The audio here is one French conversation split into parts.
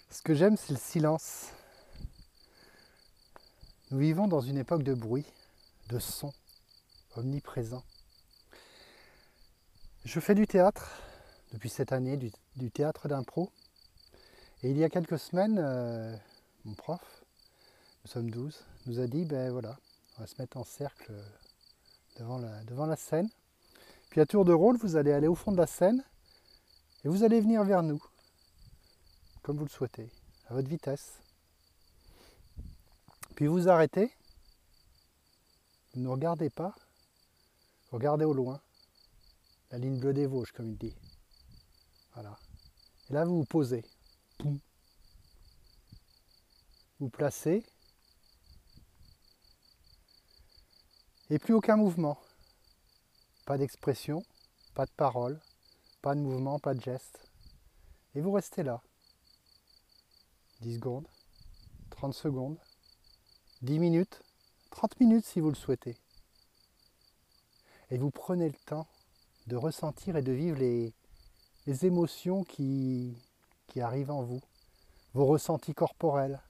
Ce que j'aime, c'est le silence. Nous vivons dans une époque de bruit, de son, omniprésent. Je fais du théâtre depuis cette année, du théâtre d'impro. Et il y a quelques semaines, mon prof, nous sommes 12, nous a dit, ben voilà, on va se mettre en cercle devant la scène. Puis à tour de rôle, vous allez aller au fond de la scène et vous allez venir vers nous, comme vous le souhaitez, à votre vitesse. Puis vous arrêtez, vous ne regardez pas, vous regardez au loin, la ligne bleue des Vosges, comme il dit. Voilà. Et là, vous vous posez. Poum. Vous placez. Et plus aucun mouvement. Pas d'expression, pas de parole, pas de mouvement, pas de geste. Et vous restez là. 10 secondes, 30 secondes, 10 minutes, 30 minutes si vous le souhaitez. Et vous prenez le temps de ressentir et de vivre les émotions qui arrivent en vous, vos ressentis corporels,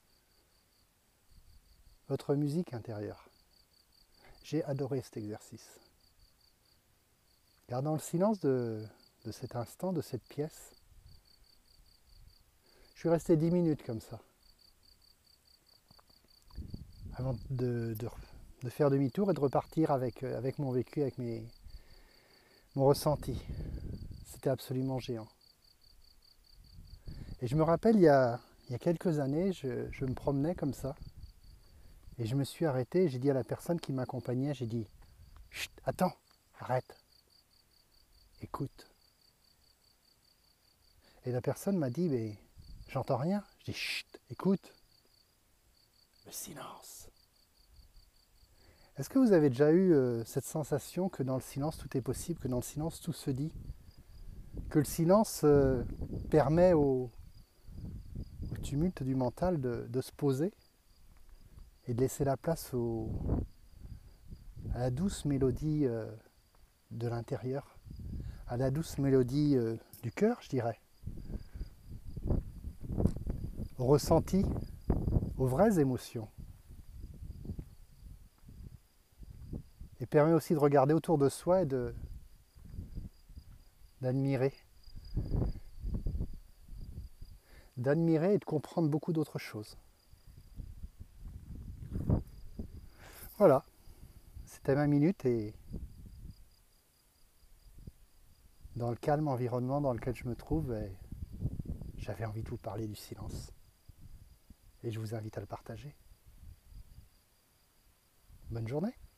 votre musique intérieure. J'ai adoré cet exercice. Gardant le silence de cet instant, de cette pièce, je suis resté 10 minutes comme ça, avant de faire demi-tour et de repartir avec mon vécu, avec mon ressenti. C'était absolument géant. Et je me rappelle, il y a quelques années, je me promenais comme ça, et je me suis arrêté, j'ai dit à la personne qui m'accompagnait, j'ai dit « Chut, attends, arrête, écoute ». Et la personne m'a dit « Mais j'entends rien ». Je dis « Chut, écoute ». Le silence. Est-ce que vous avez déjà eu cette sensation que dans le silence tout est possible, que dans le silence tout se dit, que le silence permet au tumulte du mental de se poser et de laisser la place à la douce mélodie de l'intérieur, à la douce mélodie du cœur, je dirais, au ressenti, aux vraies émotions. Et permet aussi de regarder autour de soi et d'admirer et de comprendre beaucoup d'autres choses. Voilà, c'était ma minute et dans le calme environnement dans lequel je me trouve, j'avais envie de vous parler du silence. Et je vous invite à le partager. Bonne journée.